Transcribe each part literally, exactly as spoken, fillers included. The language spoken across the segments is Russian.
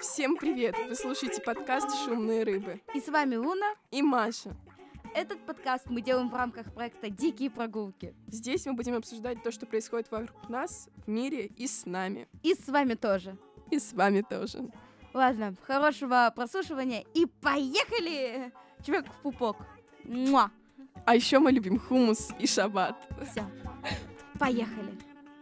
Всем привет! Вы слушаете подкаст «Шумные рыбы». И с вами Луна и Маша. Этот подкаст мы делаем в рамках проекта «Дикие прогулки». Здесь мы будем обсуждать то, что происходит вокруг нас, в мире и с нами. И с вами тоже. И с вами тоже. Ладно, хорошего прослушивания и поехали! Чувак в пупок. Муа! А еще мы любим хумус и шаббат. Все, поехали!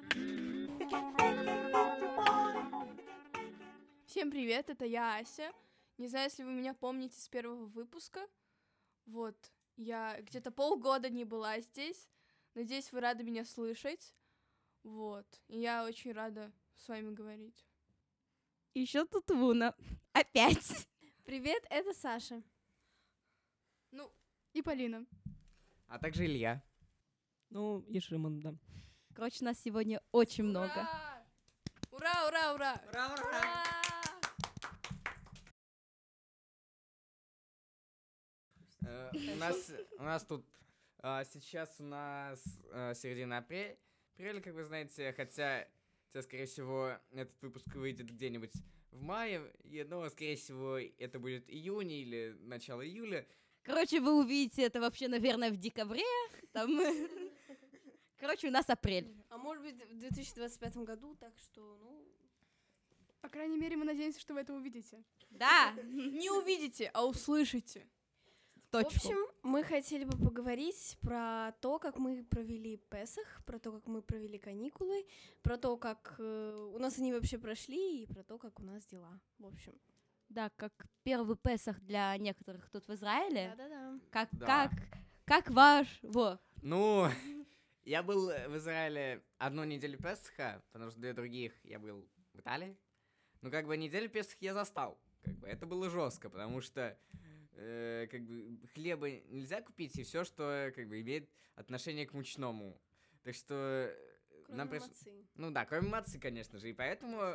Всем привет, это я, Ася. Не знаю, если вы меня помните с первого выпуска. Вот, я где-то полгода не была здесь. Надеюсь, вы рады меня слышать. Вот, и я очень рада с вами говорить. Еще тут Луна. Опять. Привет, это Саша. Ну, и Полина. А также Илья. Ну, и Шимон, да. Короче, нас сегодня очень много. Ура, ура, ура! Ура, ура! Э, у нас у нас тут а, сейчас у нас а, середина апреля, апреля, как вы знаете, хотя, хотя, скорее всего, этот выпуск выйдет где-нибудь в мае, и, ну, скорее всего, это будет июнь или начало июля. Короче, вы увидите это вообще, наверное, в декабре. Там... Короче, у нас апрель. А может быть, в две тысячи двадцать пятом году, так что, ну... По крайней мере, мы надеемся, что вы это увидите. Да. Не увидите, а услышите. Точку. В общем, мы хотели бы поговорить про то, как мы провели Песах, про то, как мы провели каникулы, про то, как э, у нас они вообще прошли, и про то, как у нас дела. В общем. Да, как первый Песах для некоторых тут в Израиле. Да-да-да. Как, Да. как, как ваш... Во. Ну, я был в Израиле одну неделю Песха, потому что две других я был в Италии. Ну, как бы неделю Песха я застал. Как бы это было жестко, потому что э, как бы хлеба нельзя купить, и все, что как бы имеет отношение к мучному. Так что э, Кроме нам приш... мацы. Ну да, кроме мацы, конечно же, и поэтому.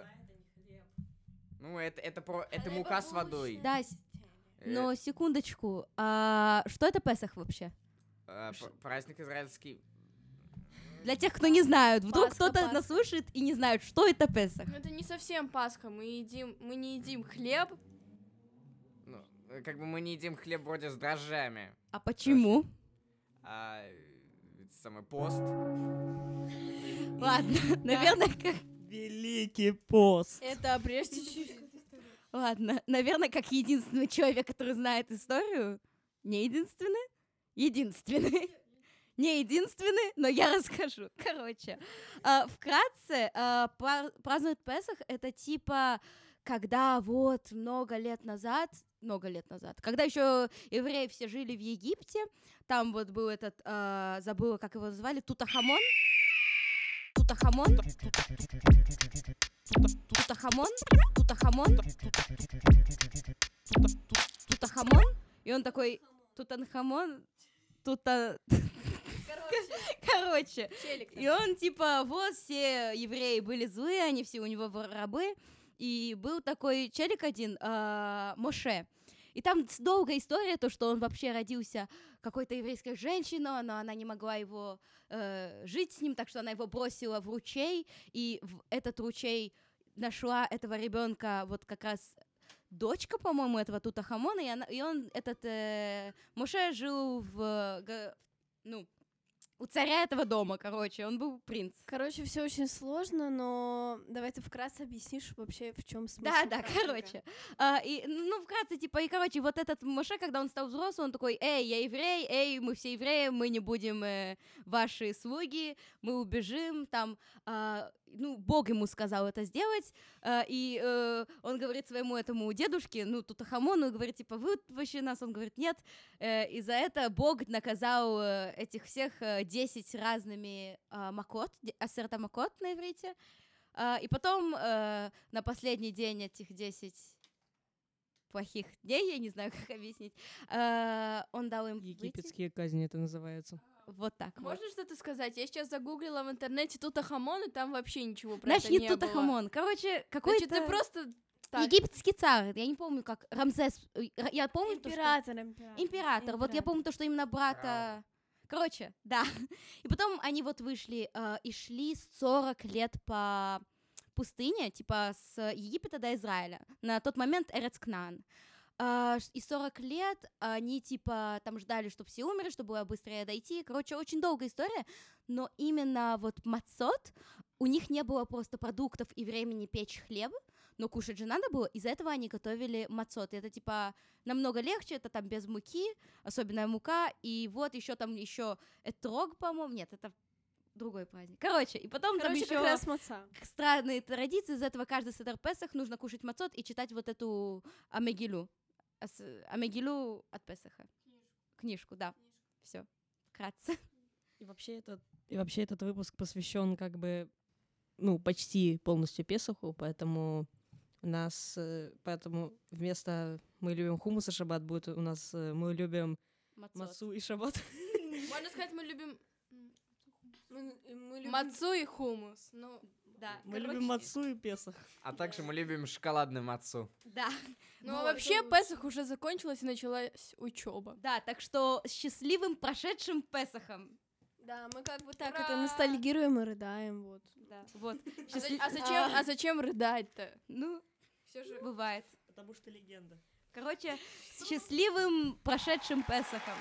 Ну, это, это, про... это мука с водой. Да, с- Э, но секундочку. А, что это Песах вообще? э, п- праздник израильский. Для тех, кто не знает, вдруг Пасха, кто-то Пасха. нас слушает и не знает, что это Песах. Но это не совсем Пасха, мы едим, мы не едим хлеб. Ну, э, как бы мы не едим хлеб вроде с дрожжами. А почему? А э, это самый пост. Ладно, наверное, как... Великий пост. Это прежде чуть-чуть. Ладно, наверное, как единственный человек, который знает историю. Не единственный? Единственный. Не единственный, но я расскажу. Короче, а, вкратце, а, пра- празднуют Песах, это типа, когда вот много лет назад, много лет назад, когда еще евреи все жили в Египте, там вот был этот, а, забыла, как его называли, Тутахамон. Тутахамон. Тутахамон. Тутахамон. Тутахамон. И он такой, Тутанхамон, Тута... Короче, Челик. и он типа, вот все евреи были злые, они все у него в- рабы, и был такой челик один, а, Моше. И там с- долгая история, то, что он вообще родился какой-то еврейской женщиной, но она не могла его э, жить с ним, так что она его бросила в ручей, и в этот ручей нашла этого ребенка вот как раз дочка, по-моему, этого Тутахамона, и, она, и он, этот э, Моше жил в, га- ну, у царя этого дома, короче, он был принц. Короче, все очень сложно, но давай ты вкратце объяснишь вообще, в чем смысл. Да, да, праздника. короче. А, и, ну, вкратце, типа, и, короче, вот этот Моше, когда он стал взрослым, он такой, эй, я еврей, эй, мы все евреи, мы не будем э, ваши слуги, мы убежим, там, а, ну, Бог ему сказал это сделать, а, и э, он говорит своему этому дедушке, ну, Тутахамону, говорит, типа, вы вообще нас, он говорит, нет, э, и за это Бог наказал э, этих всех э, десять разными э, макот, де- асерта макот на иврите. А, и потом э, на последний день этих десять плохих дней, я не знаю, как объяснить, э, он дал им выйти. Египетские казни это называется. Вот так вот. Можно что-то сказать? Я сейчас загуглила в интернете Тутахамон, и там вообще ничего про Знаешь, это не не было. Тутахамон. Короче, какой-то Значит, ты просто так. египетский царь. Я не помню, как Рамзес. э, Р- Я помню, то, что... Император, император. Император. Вот я помню то, что именно брата... Короче, да. И потом они вот вышли э, и шли сорок лет по пустыне, типа с Египета до Израиля. На тот момент Эрец Кнаан. А, ш- и сорок лет они, типа, там ждали, чтобы все умерли, чтобы было быстрее дойти. Короче, очень долгая история, но именно вот мацот, у них не было просто продуктов и времени печь хлеб, но кушать же надо было, из-за этого они готовили мацот. И это, типа, намного легче, это там без муки, особенная мука, и вот еще там еще этрог, по-моему, нет, это другой праздник. Короче, и потом Короче, там как еще раз маца. странные традиции, из-за этого каждый Седер Песах нужно кушать мацот и читать вот эту Амегилу. Ас- Амегилу от Песаха. Книжку, да. Все, вкратце. И вообще этот, и вообще этот выпуск посвящен как бы, ну, почти полностью Песаху, поэтому у нас, э, поэтому вместо «мы любим хумус и шаббат» будет у нас э, «мы любим Мацот. мацу и шаббат». Можно сказать, мы любим Мы, мы любим... мацу и хумус. Ну, Да, Мы короче, любим мацу и Песах. А также мы любим шоколадную мацу. Да, ну Вот, а вообще это- Песах уже закончилась и началась учеба. да, так что счастливым прошедшим Песахом. Да, мы как бы так Ура! это ностальгируем и рыдаем, вот. Да, вот. А, за- Счастлив- а зачем, а зачем рыдать-то? Ну, Все же. бывает. Потому что легенда. Короче, с счастливым прошедшим Песахом.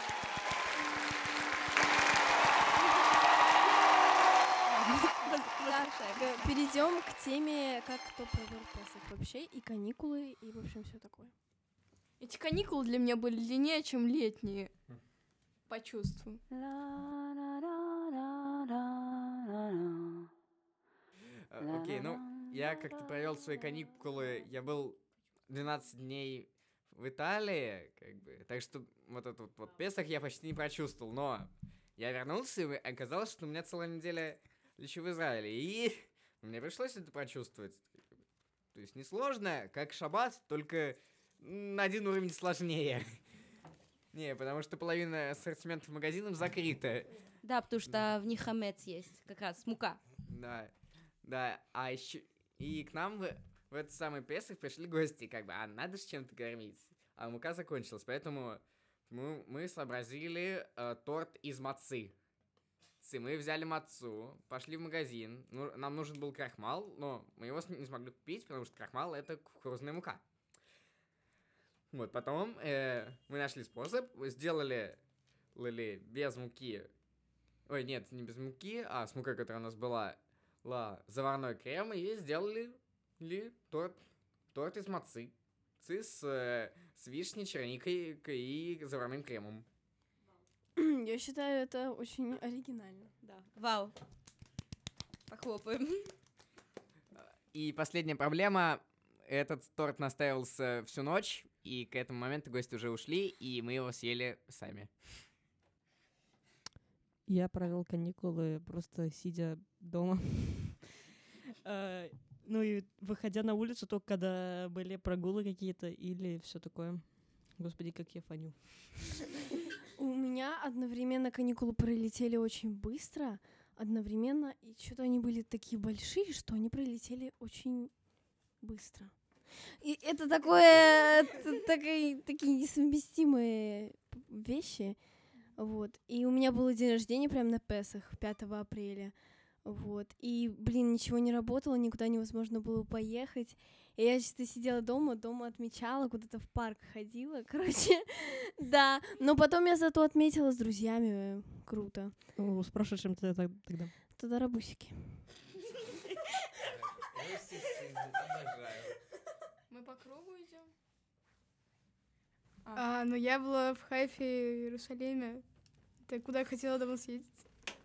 Так, перейдем к теме, как кто провел Песах вообще, и каникулы, и, в общем, все такое. Эти каникулы для меня были длиннее, чем летние. По чувству. Э, Окей, ну, я как-то провел свои каникулы, я был двенадцать дней в Италии, как бы, так что вот этот вот, вот Песах я почти не прочувствовал, но я вернулся, и оказалось, что у меня целая неделя лечу в Израиле, и мне пришлось это прочувствовать. То есть несложно, как шаббат, только на один уровень сложнее. Не, потому что половина ассортимента магазинов закрыта. Да, потому что в них хамец есть, как раз мука. Да, да, а еще и к нам в, в этот самый Песах пришли гости, как бы, а надо же чем-то кормить. А мука закончилась, поэтому мы, мы сообразили э, торт из мацы. Цы, Мы взяли мацу, пошли в магазин, ну, нам нужен был крахмал, но мы его с- не смогли купить, потому что крахмал — это кукурузная мука. Вот, потом э, мы нашли способ, сделали лили без муки, ой, нет, не без муки, а с мукой, которая у нас была, ла, заварной крем, и сделали ли торт, торт из мацы. Цы с, э, с вишней, черникой к- и заварным кремом. Я считаю, это очень оригинально. Да. Вау. Похлопаем. И последняя проблема. Этот торт настаивался всю ночь, и к этому моменту гости уже ушли, и мы его съели сами. Я провел каникулы просто сидя дома. Э, Ну и выходя на улицу только когда были прогулы какие-то или все такое. Господи, как я фаню. У меня одновременно каникулы пролетели очень быстро, одновременно, и что-то они были такие большие, что они пролетели очень быстро. И это такое, т- такие, такие несовместимые вещи, вот. И у меня был день рождения прямо на Песах, пятого апреля, вот. И, блин, ничего не работало, никуда невозможно было поехать. И я чисто сидела дома, дома отмечала, куда-то в парк ходила, короче, да. Но потом я зато отметила с друзьями, э, круто. Ну, с прошедшим т- т- тогда. Туда рабусики. Мы по кругу идем. А, ну я была в Хайфе и Иерусалиме. Это куда я хотела давно съездить.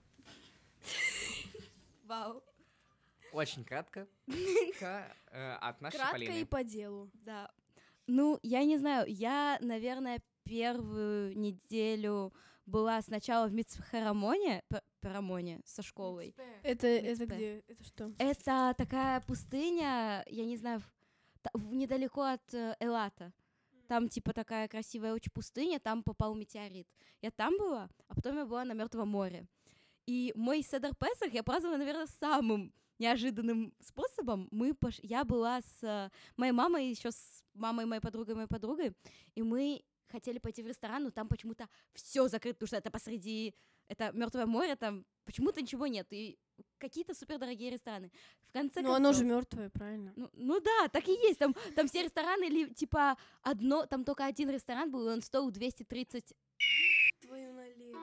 Вау. Очень кратко. Ка- э, От нашей Кратко Полины. и по делу. Да. Ну, я не знаю, я, наверное, первую неделю была сначала в Мицхарамоне, П- Парамоне со школой. Это, это Мицпе. где? Это что? Это такая пустыня, я не знаю, в- та- в- недалеко от э, Элата. Там типа такая красивая очень пустыня, там попал метеорит. Я там была, а потом я была на Мертвом море. И мой Седер Песах я праздновала, наверное, самым неожиданным способом. Мы пош... Я была с э, моей мамой, еще с мамой моей подругой, моей подругой, и мы хотели пойти в ресторан, но там почему-то все закрыто, потому что это посреди, это Мертвое море, там почему-то ничего нет. И какие-то супердорогие рестораны. В конце Ну, концов... оно же мертвое, правильно? Ну, ну да, так и есть. Там, там все рестораны, ли, типа, одно, там только один ресторан был, и он стоил двести тридцать. Твою налево.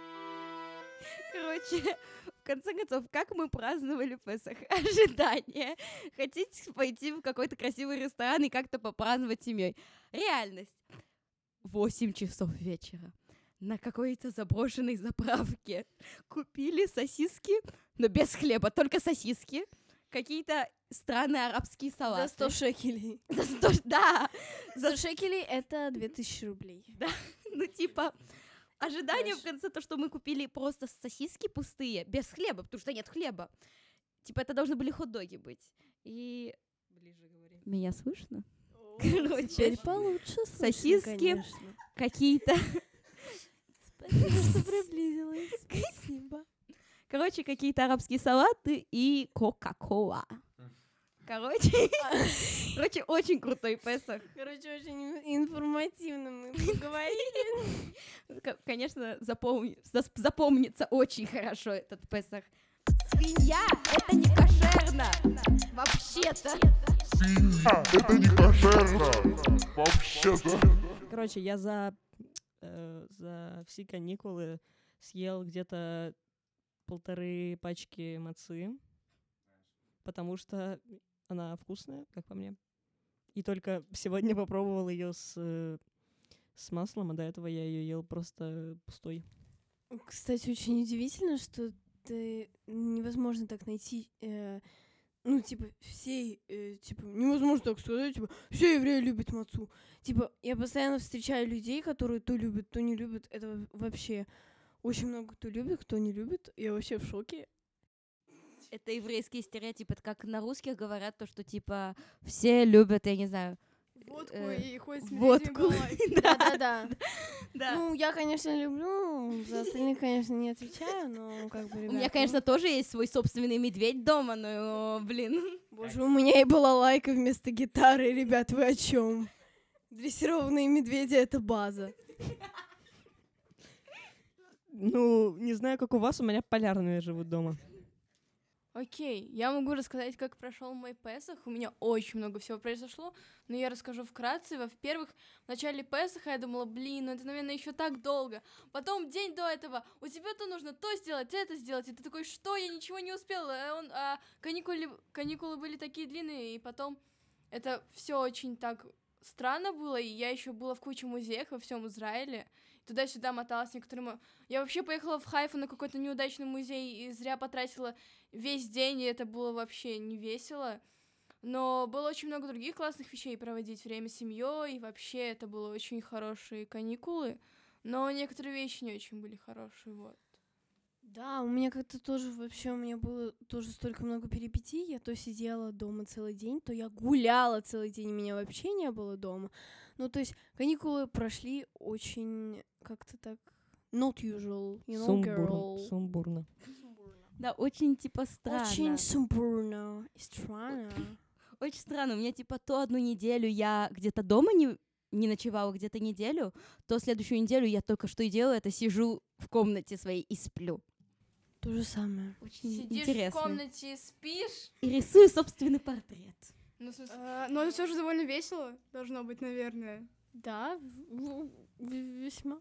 Короче, в конце концов, как мы праздновали Песах? Ожидание. Хотите пойти в какой-то красивый ресторан и как-то попраздновать семьей? Реальность. Восемь часов вечера. На какой-то заброшенной заправке купили сосиски, но без хлеба, только сосиски. Какие-то странные арабские салаты. За сто шекелей. За сто, да. За шекелей это две тысячи рублей. Ну, типа, ожидание Трэш. в конце то, что мы купили просто сосиски пустые, без хлеба, потому что нет хлеба. Типа, это должны были хот-доги быть. И... Ближе говори. Меня слышно? Короче, Теперь получше слышно, сосиски. конечно. какие-то... Спасибо, что приблизилась. Спасибо. Короче, какие-то арабские салаты и кока-кола. Короче, короче, очень крутой Песах. Короче, очень информативно мы поговорили. К- Конечно, запомни- зас- запомнится очень хорошо этот Песах. Свинья — это не кошерно. Вообще-то. Это не кошерно. Вообще-то. Короче, я за, э, за все каникулы съел где-то полторы пачки мацы, потому что она вкусная, как по мне. И только сегодня попробовал ее с, э, с маслом, а до этого я ее ел просто пустой. Кстати, очень удивительно, что ты невозможно так найти, э, ну, типа, все, э, типа, невозможно так сказать, типа, все евреи любят мацу. Типа, я постоянно встречаю людей, которые то любят, то не любят. Это вообще очень много кто любит, кто не любит. Я вообще в шоке. Это еврейские стереотипы. Это как на русских говорят то, что типа все любят, я не знаю. Водку э, и ходит с водку. медведями голой. Да-да-да. Да. Ну, я, конечно, люблю, за остальных, конечно, не отвечаю, но как бы, У ребят, меня, ну, конечно, тоже есть свой собственный медведь дома, но, блин. Боже, у меня и была лайка вместо гитары, ребят, вы о чем? Дрессированные медведи — это база. Ну, не знаю, как у вас, у меня полярные живут дома. Окей, я могу рассказать, как прошел мой Песах. У меня очень много всего произошло, но я расскажу вкратце. Во-первых, в начале Песаха я думала, блин, ну это, наверное, еще так долго. Потом день до этого, у тебя то нужно то сделать, это сделать. И ты такой, что, я ничего не успела. А, он, а каникулы, каникулы были такие длинные, и потом это все очень так странно было, и я еще была в куче музеев во всем Израиле. Туда-сюда моталась некоторым... Я вообще поехала в Хайфу на какой-то неудачный музей и зря потратила весь день, и это было вообще не весело. Но было очень много других классных вещей, проводить время с семьей, и вообще это было очень хорошие каникулы. Но некоторые вещи не очень были хорошие, вот. Да, у меня как-то тоже вообще, у меня было тоже столько много перипетий. Я то сидела дома целый день, то я гуляла целый день, меня вообще не было дома. Ну, то есть каникулы прошли очень как-то так not usual, you know, Сумбурно. girl. Сумбурно. Да, очень, типа, странно. Очень сумбурно и странно. Очень странно. У меня, типа, то одну неделю я где-то дома не, не ночевала, где-то неделю, то следующую неделю я только что и делаю, это сижу в комнате своей и сплю. То же самое. Очень Сидишь интересно. в комнате и спишь. И рисую собственный портрет. Ну, в смысле, а, но это все же довольно весело должно быть, наверное. Да, в- в- весьма.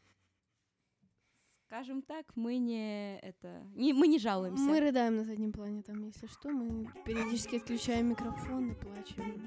Скажем так, мы не это. Не, мы не жалуемся. Мы рыдаем на заднем плане там, если что. Мы периодически отключаем микрофон и плачем.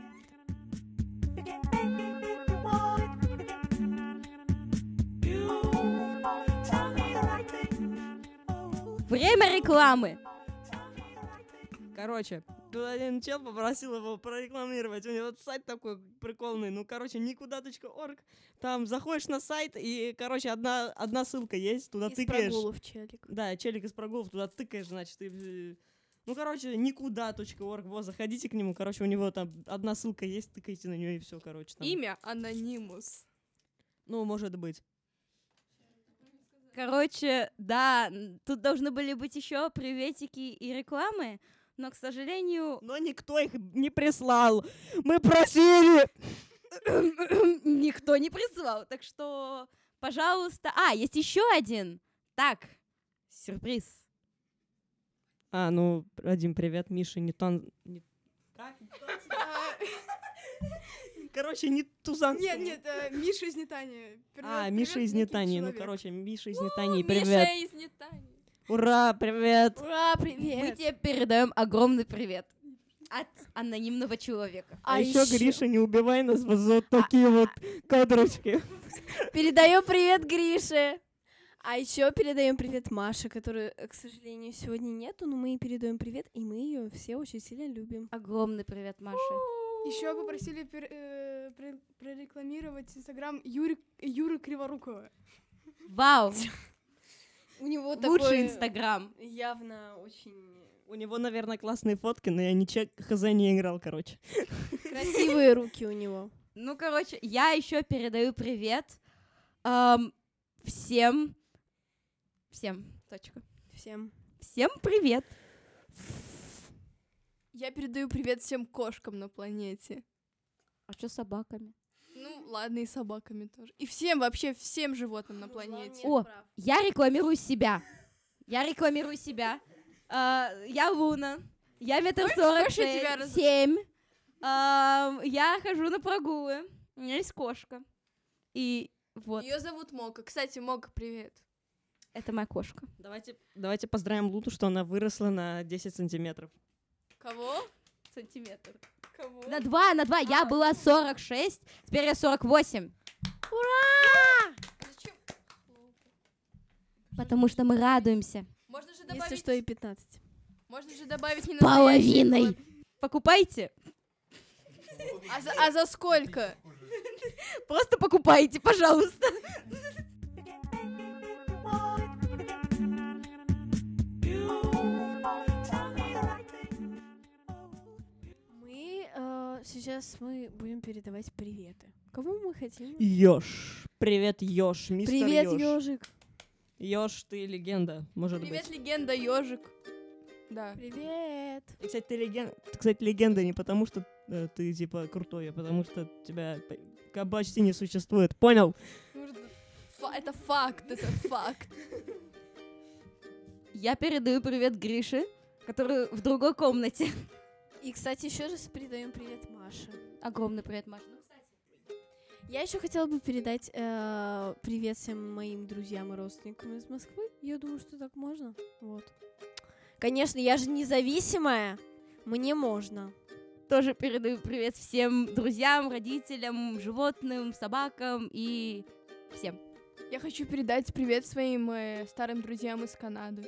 Время рекламы. Короче, тут один чел попросил его прорекламировать. У него сайт такой прикольный. Ну, короче, никуда точка орг. Там заходишь на сайт, и, короче, одна, одна ссылка есть, туда Из тыкаешь. прогулов, челик. Да, челик из прогулов, туда тыкаешь, значит, и... э, ну, короче, никуда точка орг. Вот, заходите к нему. Короче, у него там одна ссылка есть, тыкайте на нее и все, короче. Там. Имя Анонимус. Ну, может быть. Короче, да, н- тут должны были быть еще приветики и рекламы, но, к сожалению, Но никто их не прислал. Мы просили. никто не прислал. Так что, пожалуйста. А, есть еще один. Так, сюрприз. А, ну, один привет, Миша, не тан... не- Короче, не тузан. Нет, нет, э, Миша из Нетании. А, Миша из Нетании. Ну, короче, Миша из Нетании, Миша привет. из Нетании. Ура, привет. Ура, Мы привет! тебе передаем огромный привет от анонимного человека. А, А еще, ещё- Гриша, не убивай нас, вот за вот такие вот кадрочки. Передаю привет Грише. А еще передаем привет Маше, которой, э, к сожалению, сегодня нету, но мы ей передаем привет, и мы ее все очень сильно любим. Огромный привет, Маша. Еще попросили пер- э, пр- прорекламировать Инстаграм Юры, Юры Криворукова. Вау, У него лучший такой Инстаграм. явно очень У него, наверное, классные фотки, но я не чек, хз не играл, короче. красивые руки у него. Ну, короче, я еще передаю привет ам, всем, всем, точка. Всем. Всем привет. Я передаю привет всем кошкам на планете. А что с собаками? Ну, ладно, и собаками тоже. И всем, вообще всем животным на планете. О, я рекламирую себя. Я рекламирую себя. А, я Луна. Я метр сорок хочешь, я тебя раз- семь. Ам, Я хожу на прогулы. У меня есть кошка. И вот, Ее зовут Мока. Кстати, Мока, привет. это моя кошка. Давайте, давайте поздравим Луту, что она выросла на десять сантиметров. Кого? Сантиметр. Кого? На два, на два. Я была сорок шесть, теперь я сорок восемь. Зачем? Потому что мы радуемся. Можно же Если добавить... что, и пятнадцать. Можно же добавить не Половиной. Покупайте. А за, а за сколько? Просто покупайте, пожалуйста. Мы э, сейчас мы будем передавать приветы. Кому мы хотим? Ёж. Привет, Ёж, мистер Привет, Ёж. ежик. Ёж, ты легенда, может Привет, быть. легенда ежик. Да. Привет. И, кстати, ты легенда, кстати, легенда не потому, что э, ты, типа, крутой, а потому что тебя п- ка- почти не существует. Понял? Фа- это факт, это факт. Я передаю привет Грише, который в другой комнате. И, кстати, еще раз передаем привет Маше. Огромный привет, Маша. Я еще хотела бы передать э, привет всем моим друзьям и родственникам из Москвы. Я думаю, что так можно. Вот. Конечно, я же независимая. Мне можно. Тоже передаю привет всем друзьям, родителям, животным, собакам и всем. Я хочу передать привет своим э, старым друзьям из Канады.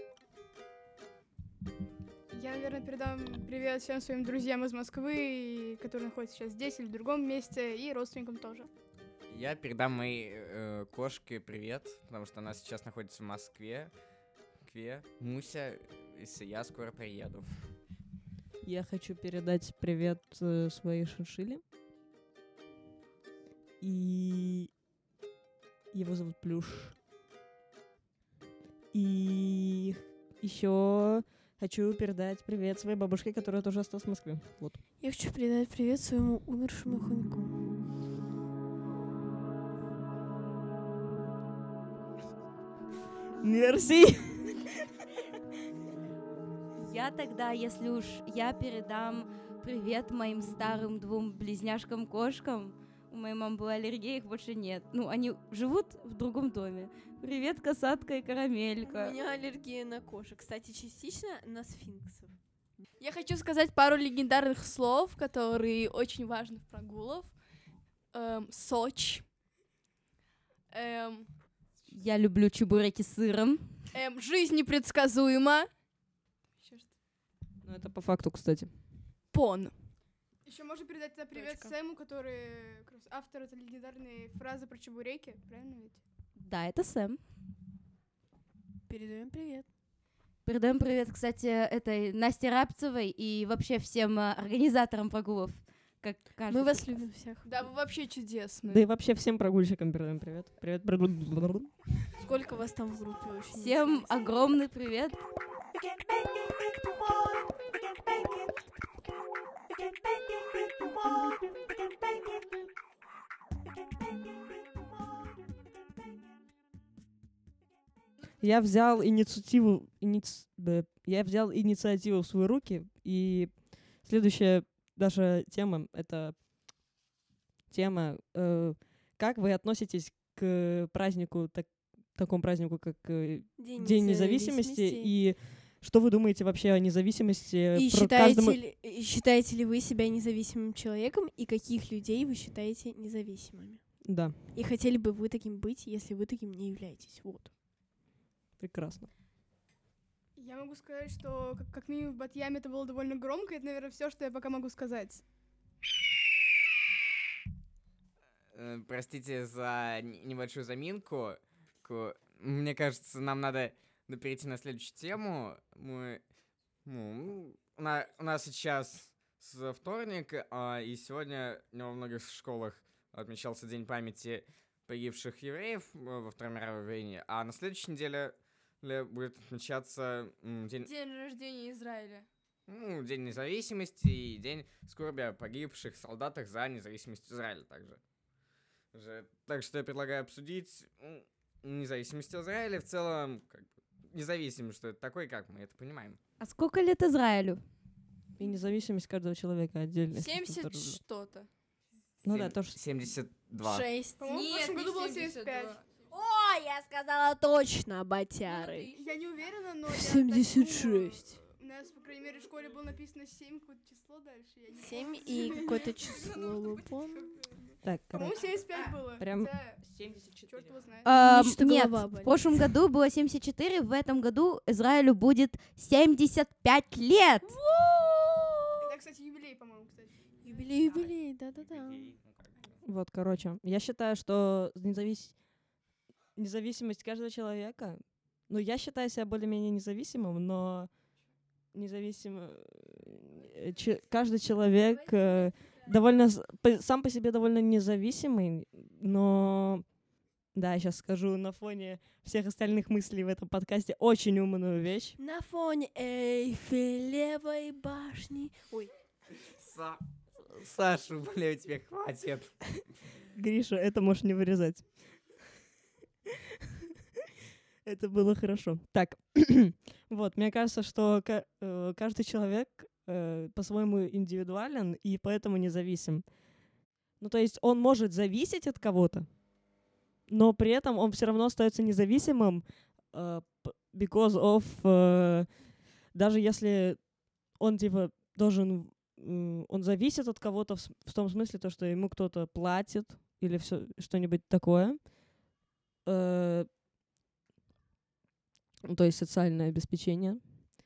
Я, наверное, передам привет всем своим друзьям из Москвы, которые находятся сейчас здесь или в другом месте, и родственникам тоже. Я передам моей э, кошке привет, потому что она сейчас находится в Москве. Кве, Муся, если я скоро приеду. Я хочу передать привет э, своей шиншилле. И его зовут Плюш. И еще хочу передать привет своей бабушке, которая тоже осталась в Москве. Вот. Я хочу передать привет своему умершему хомяку. Мерси! Я тогда, если уж я передам привет моим старым двум близняшкам-кошкам. У моей мамы была аллергия, их больше нет. Ну, они живут в другом доме. Привет, касатка и У карамелька. меня аллергия на кошек. Кстати, частично на сфинксов. Я хочу сказать пару легендарных слов, которые очень важны в прогулах. Эм, Соч. Эм, Я люблю чебуреки с сыром. эм, жизнь непредсказуема. Ещё что? Ну, это по факту, кстати. Пон. Еще можно передать это привет Точка. Сэму, который как раз автор этой легендарной фразы про чебуреки, правильно ведь? Да, это Сэм. Передаем привет. Передаем привет, кстати, этой Насте Рабцевой и вообще всем э, организаторам прогулов. Как каждый Мы вас раз. любим всех. Да, вы вообще чудесны. Да и вообще всем прогульщикам передаем привет. Привет, привет. Сколько вас там в группе? Очень Всем интересно. огромный привет. я взял инициативу, иници- б- я взял инициативу в свои руки, и следующая наша тема — это тема, э, как вы относитесь к празднику, так, такому празднику, как э, День, День независимости, и что вы думаете вообще о независимости? И про считаете, каждому- ли, и считаете ли вы себя независимым человеком, и каких людей вы считаете независимыми? Да, И хотели бы вы таким быть, если вы таким не являетесь? Вот. прекрасно. Я могу сказать, что как, как минимум в Батьяме это было довольно громко, это, наверное, все, что я пока могу сказать. Э, Простите за н- небольшую заминку. Ку- Мне кажется, нам надо надо перейти на следующую тему. Мы, ну, у на- у нас сейчас с- вторник, а, и сегодня во многих школах отмечался День памяти погибших евреев э, во Второй мировой войне, а на следующей неделе ле- будет отмечаться м, день, День рождения Израиля. ну, День независимости и День скорби о погибших солдатах за независимость Израиля также. Же- Так что я предлагаю обсудить м, независимость Израиля в целом, как бы, независимо, что это такое, как мы это понимаем. А сколько лет Израилю? И независимость каждого человека отдельно. семьдесят что-то. Ну да, Семь- тоже. семьдесят два. Шесть. По-моему, в прошлом году было семьдесят пять. О, я сказала точно, батяры. Я не уверена, но я семьдесят так думаю. шесть. У нас, по крайней мере, в школе было написано семь, какое-то число дальше. Я не Семь помню. и какое-то число, вы помните? Так, По-моему, короче. семьдесят пять было. Прям Хотя, семьдесят четыре. черт его знает. А, что нет, голова в болит. прошлом году было семьдесят четыре, в этом году Израилю будет семьдесят пять лет. Это, кстати, юбилей, по-моему, кстати. Юбилей, юбилей, да-да-да. Вот, короче, я считаю, что независ- независимость каждого человека, ну, я считаю себя более-менее независимым, но независимо э, че- каждый человек э, довольно с- по- сам по себе довольно независимый, но да, я сейчас скажу на фоне всех остальных мыслей в этом подкасте очень умную вещь. На фоне Эйфелевой башни. Ой, Са- Саша, бля, тебе хватит. Гриша, это можешь не вырезать. Это было хорошо. Так, вот, мне кажется, что ка- э, каждый человек э, по-своему индивидуален и поэтому независим. Ну, то есть он может зависеть от кого-то, но при этом он все равно остается независимым, э, п- because of, э, даже если он, типа, должен, м, он зависит от кого-то в, с- в том смысле, то, что ему кто-то платит или все что-нибудь такое, э, ну, то есть социальное обеспечение.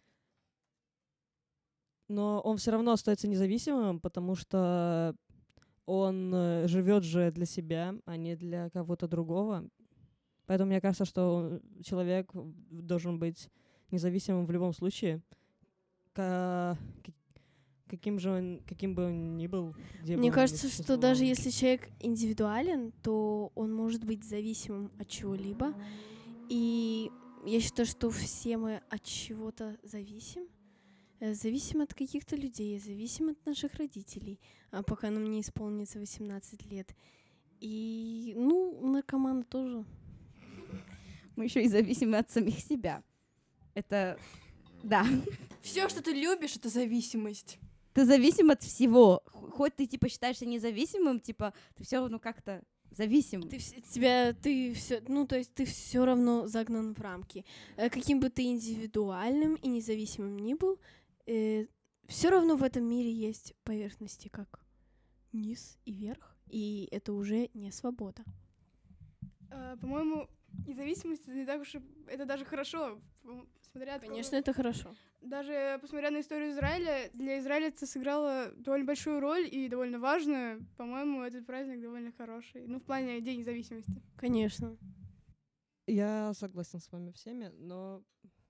Но он все равно остается независимым, потому что он живет же для себя, а не для кого-то другого. Поэтому мне кажется, что он- человек должен быть независимым в любом случае, ка- ка- каким же он, каким бы он ни был. Где бы мне он ни кажется, что даже существовал. если человек индивидуален, то он может быть зависимым от чего-либо. И я считаю, что все мы от чего-то зависим. Э, Зависим от каких-то людей, зависим от наших родителей, а пока нам не исполнится восемнадцать лет. И, ну, наркоманы тоже. Мы еще и зависимы от самих себя. Это, да. Все, что ты любишь, это зависимость. Ты зависим от всего. Х- Хоть ты, типа, считаешься независимым, типа, ты все равно как-то зависим. Ты вс- тебя, ты все, ну, то есть ты все равно загнан в рамки. Э, Каким бы ты индивидуальным и независимым ни был, все равно в этом мире есть поверхности, как низ и верх, и это уже не свобода. А, по-моему, независимость это не так уж и... Это даже хорошо. П- Смотря от кого- Конечно, это хорошо. Даже посмотря на историю Израиля, для Израиля это сыграло довольно большую роль и довольно важную. По-моему, этот праздник довольно хороший. Ну, в плане День независимости. Конечно. Я согласен с вами всеми, но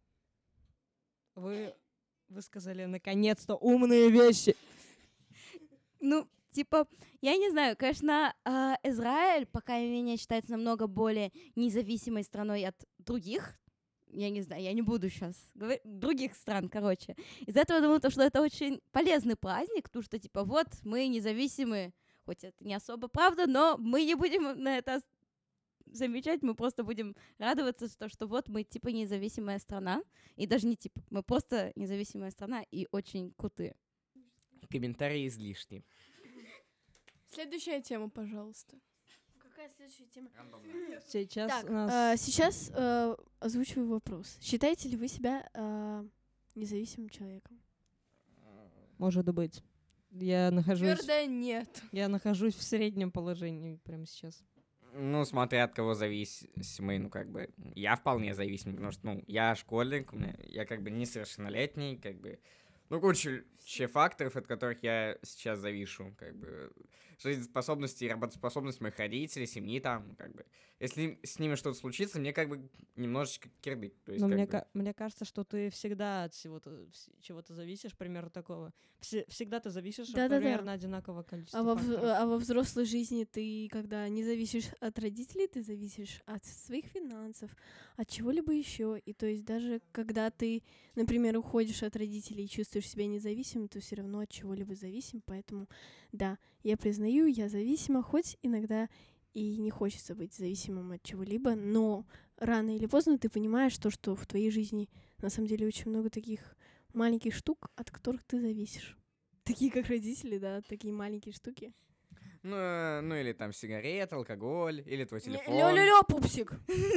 вы высказали наконец-то умные вещи. Ну, типа, я не знаю, конечно, а, Израиль, пока менее, считается намного более независимой страной от других. Я не знаю, я не буду сейчас говорить, других стран, короче. Из-за этого я думаю, то, что это очень полезный праздник, потому что, типа, вот, мы независимы, хоть это не особо правда, но мы не будем на это, замечать, мы просто будем радоваться, что, что вот мы типа независимая страна, и даже не типа, мы просто независимая страна и очень крутые. Комментарии излишни. Следующая тема, пожалуйста. Какая следующая тема? Сейчас Так, у нас... э, сейчас э, озвучиваю вопрос. Считаете ли вы себя э, независимым человеком? Может быть. Я нахожусь, Твердое нет. я нахожусь в среднем положении прямо сейчас. Ну, смотря от кого зависимый, ну, как бы, я вполне зависимый, потому что, ну, я школьник, у меня, я, как бы, несовершеннолетний, как бы, ну, куча факторов, от которых я сейчас завишу, как бы, жизнеспособность и работоспособность моих родителей, семьи там, как бы, если с ними что-то случится, мне, как бы, немножечко кирдык, то есть, Но как мне, бы, ка- мне кажется, что ты всегда от всего-то, вс- чего-то зависишь, примерно такого. Все- всегда ты зависишь от Да-да-да. примерно одинакового количества А во, в- факторов. а во взрослой жизни ты, когда не зависишь от родителей, ты зависишь от своих финансов, от чего-либо еще. И то есть даже когда ты, например, уходишь от родителей и чувствуешь себя независимым, ты все равно от чего-либо зависим. Поэтому, да, я признаю, я зависима, хоть иногда и не хочется быть зависимым от чего-либо, но рано или поздно ты понимаешь то, что в твоей жизни на самом деле очень много таких маленьких штук, от которых ты зависишь. Такие, как родители, да, такие маленькие штуки. ну, э, ну, или там сигарет, алкоголь, или твой телефон. Лё-лё-лё, пупсик!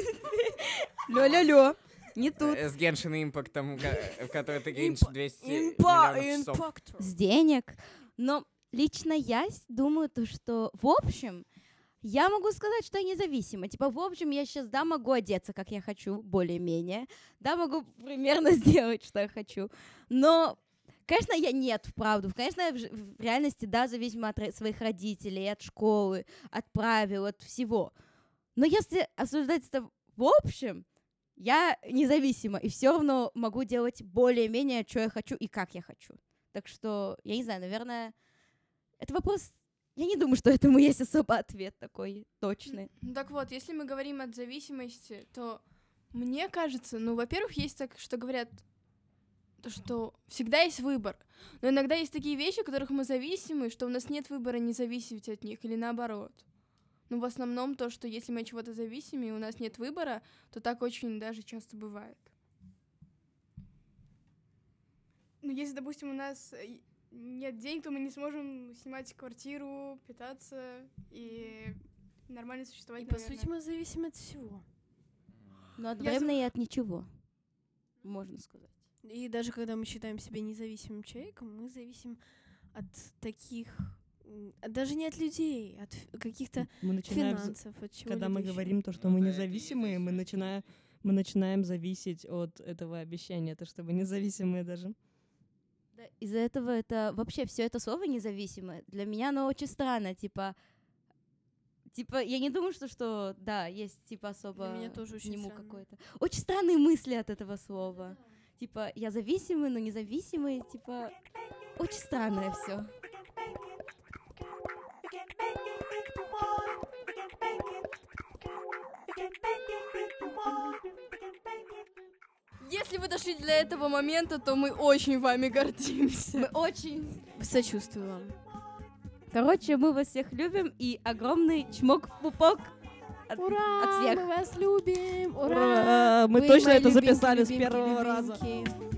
Лё-лё-лё. Не тут. Э, С Genshin импактом, ка- в который ты гринч Импа- двести Импа- миллионов часов. Импактор. С денег. Но лично я с- думаю, то, что в общем, я могу сказать, что я независима. Типа, в общем, я сейчас, да, могу одеться, как я хочу, более-менее. Да, могу примерно сделать, что я хочу. Но, конечно, я нет, вправду. Конечно, я в, ж- в реальности, да, зависима от ро- своих родителей, от школы, от правил, от всего. Но если обсуждать это в общем, я независима и все равно могу делать более-менее, что я хочу и как я хочу. Так что, я не знаю, наверное, это вопрос... Я не думаю, что этому есть особо ответ такой точный. Ну, так вот, если мы говорим от зависимости, то мне кажется, ну, во-первых, есть так, что говорят, то, что всегда есть выбор. Но иногда есть такие вещи, в которых мы зависимы, что у нас нет выбора не зависеть от них, или наоборот. Ну, в основном то, что если мы от чего-то зависимы, и у нас нет выбора, то так очень даже часто бывает. Ну, если, допустим, у нас э, нет денег, то мы не сможем снимать квартиру, питаться и нормально существовать, И, по наверное. сути, мы зависим от всего. Но одновременно и от ничего, можно сказать. И даже когда мы считаем себя независимым человеком, мы зависим от таких... м, даже не от людей, от ф- каких-то Мы начинаем, за- финансов, от чего когда мы говорим то, что Ну мы да, это и независимые, мы начинаем, мы начинаем зависеть от этого обещания, то, что мы независимые даже. Да, из-за этого это вообще все это слово независимое. Для меня оно очень странно, типа, типа я не думаю, что что да есть типа особо Для меня тоже очень к нему странно. какой-то. Очень странные мысли от этого слова. Типа я зависимый, но независимый, типа очень странное все. Если вы дошли до этого момента, то мы очень вами гордимся. Мы очень. Сочувствую вам. Короче, мы вас всех любим и огромный чмок в пупок от, Ура! от всех. Мы вас любим! Ура! Ура! Мы Вы точно мои это любимки, записали с любимки, первого раза. любимки.